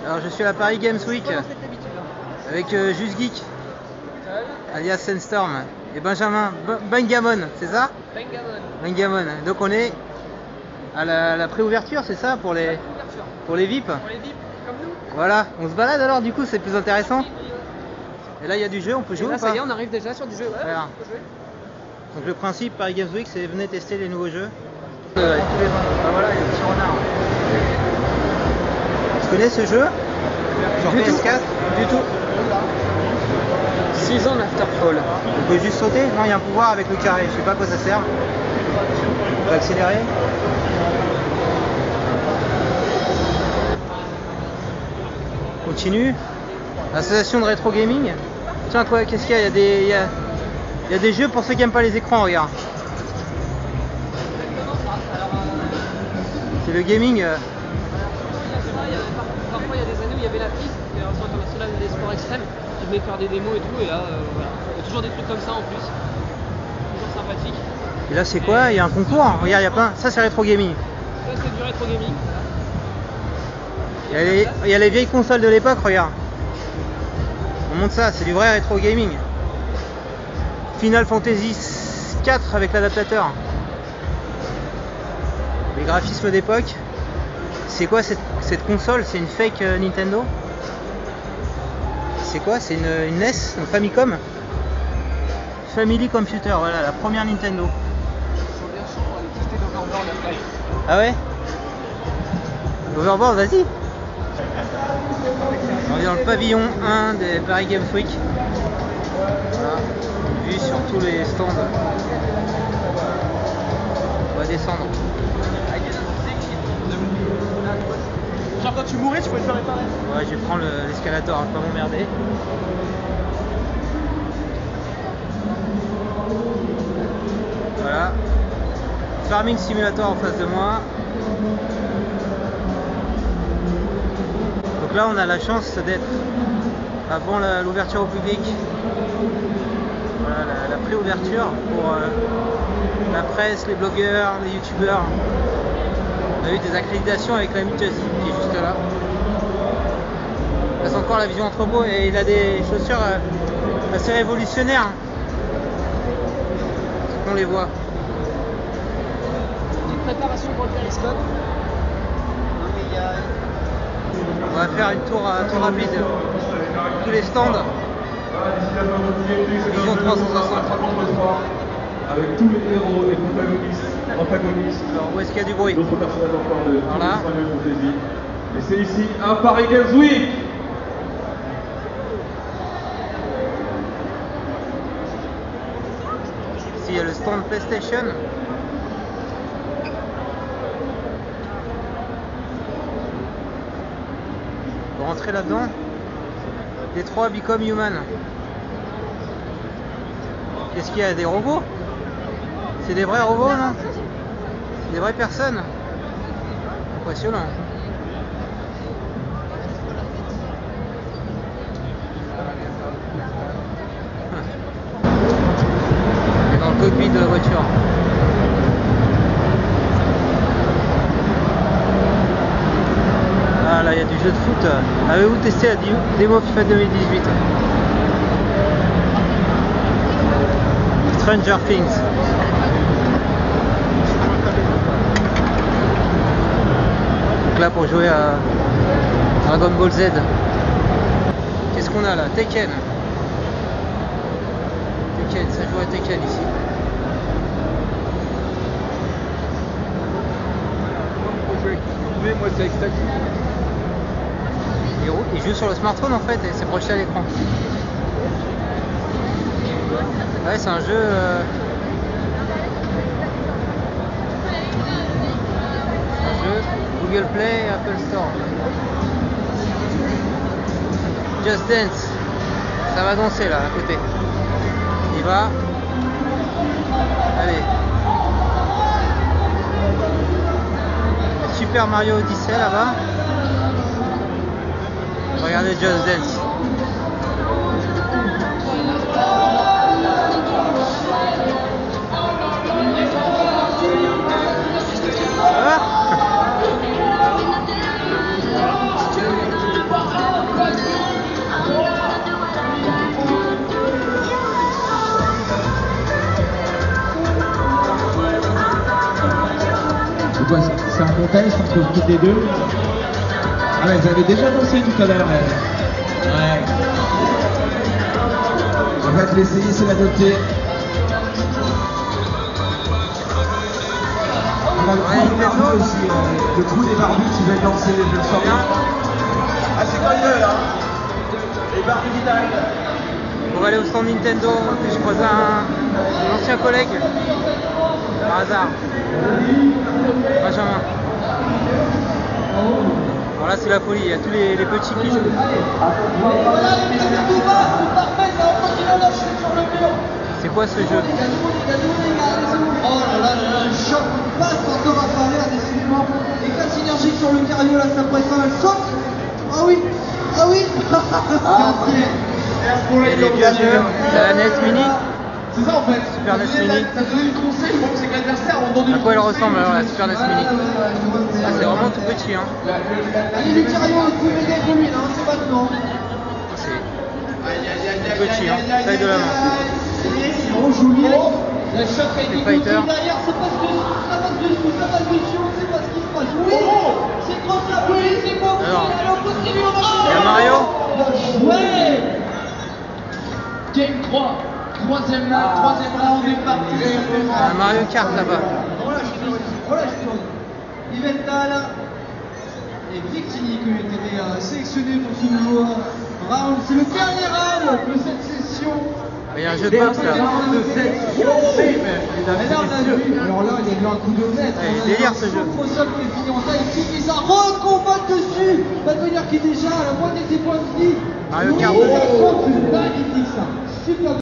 Alors je suis à la Paris Games Week avec Just Geek, alias Sandstorm, et Benjamin Bengamon, c'est ça? Bengamon. Donc on est à la pré-ouverture, c'est ça, pour les VIP? Pour les VIP, comme nous. Voilà, on se balade alors, du coup c'est plus intéressant. Et là il y a du jeu, on peut jouer ou pas? Ça y est, on arrive déjà sur du jeu. Ouais, voilà. on peut jouer. Donc le principe Paris Games Week, c'est venez tester les nouveaux jeux. Voilà, il y a le petit renard. Tu connais ce jeu? Genre PS4? Du tout. 6 ans d'Afterfall. On peut juste sauter? Non, il y a un pouvoir avec le carré, je sais pas à quoi ça sert. On peut accélérer. Continue. L'association de rétro gaming. Tiens, quoi, qu'est-ce qu'il y a? Il y a des jeux pour ceux qui n'aiment pas les écrans, regarde. C'est le gaming. Parfois il y a des années où il y avait la piste, l'Association internationale des sports extrêmes, qui venait faire des démos et tout, et là voilà. Il y a toujours des trucs comme ça en plus. Toujours sympathique. Et là c'est quoi? Il y a un concours? Regarde, il y a plein. Ça c'est rétro gaming. Ça c'est du rétro gaming. Il y a les vieilles consoles de l'époque, regarde. On monte ça, c'est du vrai rétro gaming. Final Fantasy 4 avec l'adaptateur. Les graphismes d'époque. C'est quoi cette console? C'est une fake Nintendo? C'est quoi? C'est une NES, une Famicom? Family Computer, voilà, la première Nintendo. Ah ouais? Overboard, vas-y. On est dans le pavillon 1 des Paris Games Week. Voilà, vue sur tous les stands. On va descendre. Genre quand tu mourais, tu pouvais te faire réparer. Ouais, je vais prendre l'escalator, hein, pas m'emmerder. Voilà. Farming Simulator en face de moi. Donc là, on a la chance d'être avant l'ouverture au public. Voilà, la pré-ouverture pour la presse, les blogueurs, les youtubeurs. On a eu des accréditations avec la Mutazi qui est juste là. Il passe encore la vision entrepôt et il a des chaussures assez révolutionnaires. On les voit. Petite préparation pour le périscope. On va faire un tour rapide. Tous les stands. Vision 360. Avec tous les héros et antagonistes. Alors où est-ce qu'il y a du bruit? D'autres personnages encore de voilà. Final Fantasy. Et c'est ici à Paris Games Week. Ici il y a le stand PlayStation. On va rentrer là-dedans. Détroit Become Human. Qu'est-ce qu'il y a? Des robots? C'est des vrais robots, non? C'est des vraies personnes? Impressionnant. Et dans le cockpit de la voiture. Ah là, il y a du jeu de foot. Avez-vous testé la démo FIFA 2018? Stranger Things. Donc là pour jouer à Dragon Ball Z. Qu'est-ce qu'on a là? Tekken. Tekken, ça joue à Tekken ici. Moi c'est avec ça. Il joue sur le smartphone en fait et c'est projeté à l'écran. Ouais, c'est un jeu. Google Play, Apple Store. Just Dance. Ça va danser là à côté. Il va. Allez. Super Mario Odyssey là-bas. Regardez Just Dance. suspense entre toutes les deux. Ah ouais, elles avaient déjà dansé tout à l'heure. Ouais. On va te l'essayer, c'est la noter. On va le coup des barbus aussi. Le coup des barbus, tu vas danser, je le sens bien. Ah, c'est quand ils veulent, hein. Les barbus qui t'arrivent. On va aller au stand Nintendo, puis je croise un ancien collègue, par hasard, Benjamin. Alors là c'est la folie, il y a tous les petits qui jouent. C'est quoi ce jeu? Oh là là, un choc passe encore à travers, décidément. Éclat synergique sur le cardio, là, ça prétend, elle saute. Ah oui, ah oui. Et les vieux jeux, la NES Mini, C'est ça en fait. Super NES Mini. T'as donné le conseil, je pense que c'est que l'adversaire a entendu. À quoi elle ressemble alors la Super NES Mini? Ah, c'est vraiment tout petit, hein. Allez, le cardio, le coup méga combien, hein, c'est maintenant. C'est tout petit, hein, taille de la main. On joue bien. La choc a été Fighter. Derrière, ça passe dessus, ça passe dessus, ça passe dessus, on sait pas ce qui se passe. Oui, c'est trop ça, oui, c'est bon. Alors, allez, on continue, on va. il y a Mario. Ouais. Game 3. Troisième round est parti. Il y a un Mario Kart là-bas. Relâche-toi. Yvette Dahl et Victini qui ont été sélectionnés pour ce nouveau round. C'est le dernier round de cette session. Il y a un jeu de boxe là. Alors là, on a vu. Alors là, il y a eu un coup de maître. Ouais, il délire, ce jeu. Microsoft qui est fini en taille, qui ça recombat dessus. Va te dire qu'il est déjà à la moitié de ses points de vie. Mario Kart. Oh,